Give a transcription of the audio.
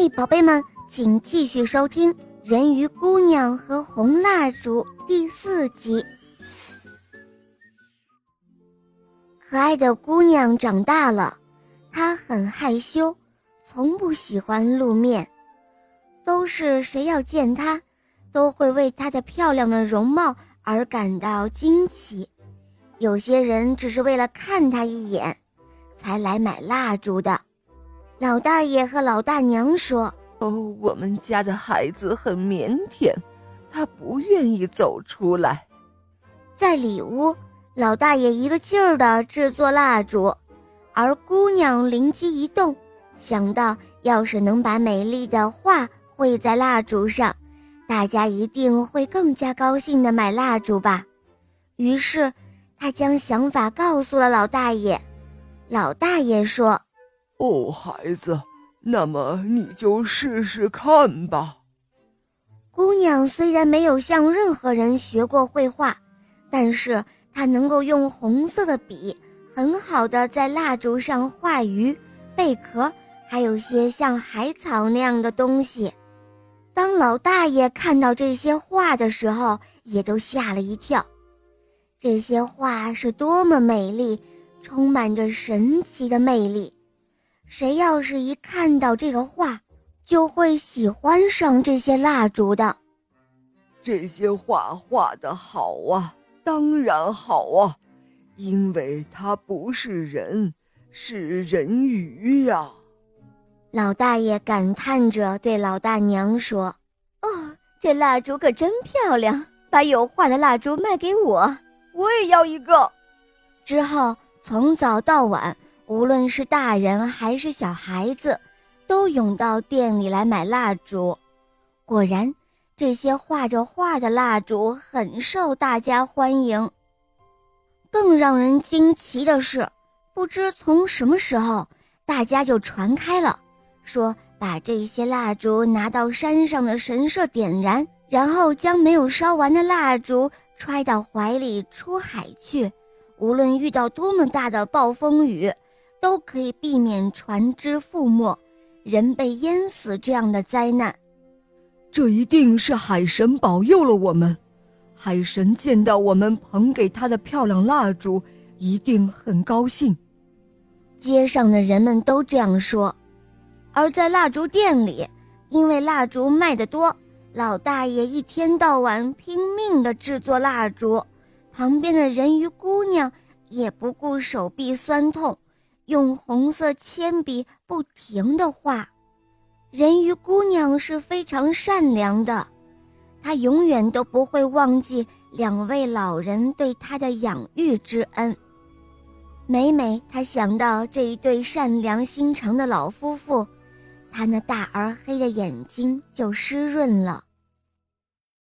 嘿，宝贝们，请继续收听《人鱼姑娘和红蜡烛》第4集。可爱的姑娘长大了，她很害羞，从不喜欢露面，都是谁要见她，都会为她的漂亮的容貌而感到惊奇。有些人只是为了看她一眼，才来买蜡烛的。老大爷和老大娘说： 我们家的孩子很腼腆，他不愿意走出来。 在里屋，老大爷一个劲儿地制作蜡烛，而姑娘灵机一动，想到要是能把美丽的画绘在蜡烛上，大家一定会更加高兴地买蜡烛吧。于是她将想法告诉了老大爷。老大爷说： 孩子，那么你就试试看吧。 姑娘虽然没有向任何人学过绘画，但是她能够用红色的笔很好的在蜡烛上画鱼、贝壳，还有些像海草那样的东西。当老大爷看到这些画的时候，也都吓了一跳。这些画是多么美丽，充满着神奇的魅力。谁要是一看到这个画，就会喜欢上这些蜡烛的。 这些画画得好啊，当然好啊，因为它不是人，是人鱼呀。 老大爷感叹着对老大娘说：这蜡烛可真漂亮，把有画的蜡烛卖给我， 我也要一个。 之后从早到晚，无论是大人还是小孩子，都涌到店里来买蜡烛。果然，这些画着画的蜡烛很受大家欢迎。更让人惊奇的是，不知从什么时候，大家就传开了，说把这些蜡烛拿到山上的神社点燃，然后将没有烧完的蜡烛揣到怀里出海去，无论遇到多么大的暴风雨，都可以避免船只覆没，人被淹死这样的灾难。 这一定是海神保佑了我们，海神见到我们捧给他的漂亮蜡烛，一定很高兴。 街上的人们都这样说。而在蜡烛店里，因为蜡烛卖得多，老大爷一天到晚拼命地制作蜡烛，旁边的人鱼姑娘也不顾手臂酸痛，用红色铅笔不停地画。人鱼姑娘是非常善良的，她永远都不会忘记2位老人对她的养育之恩。每每她想到这一对善良心肠的老夫妇，她那大而黑的眼睛就湿润了。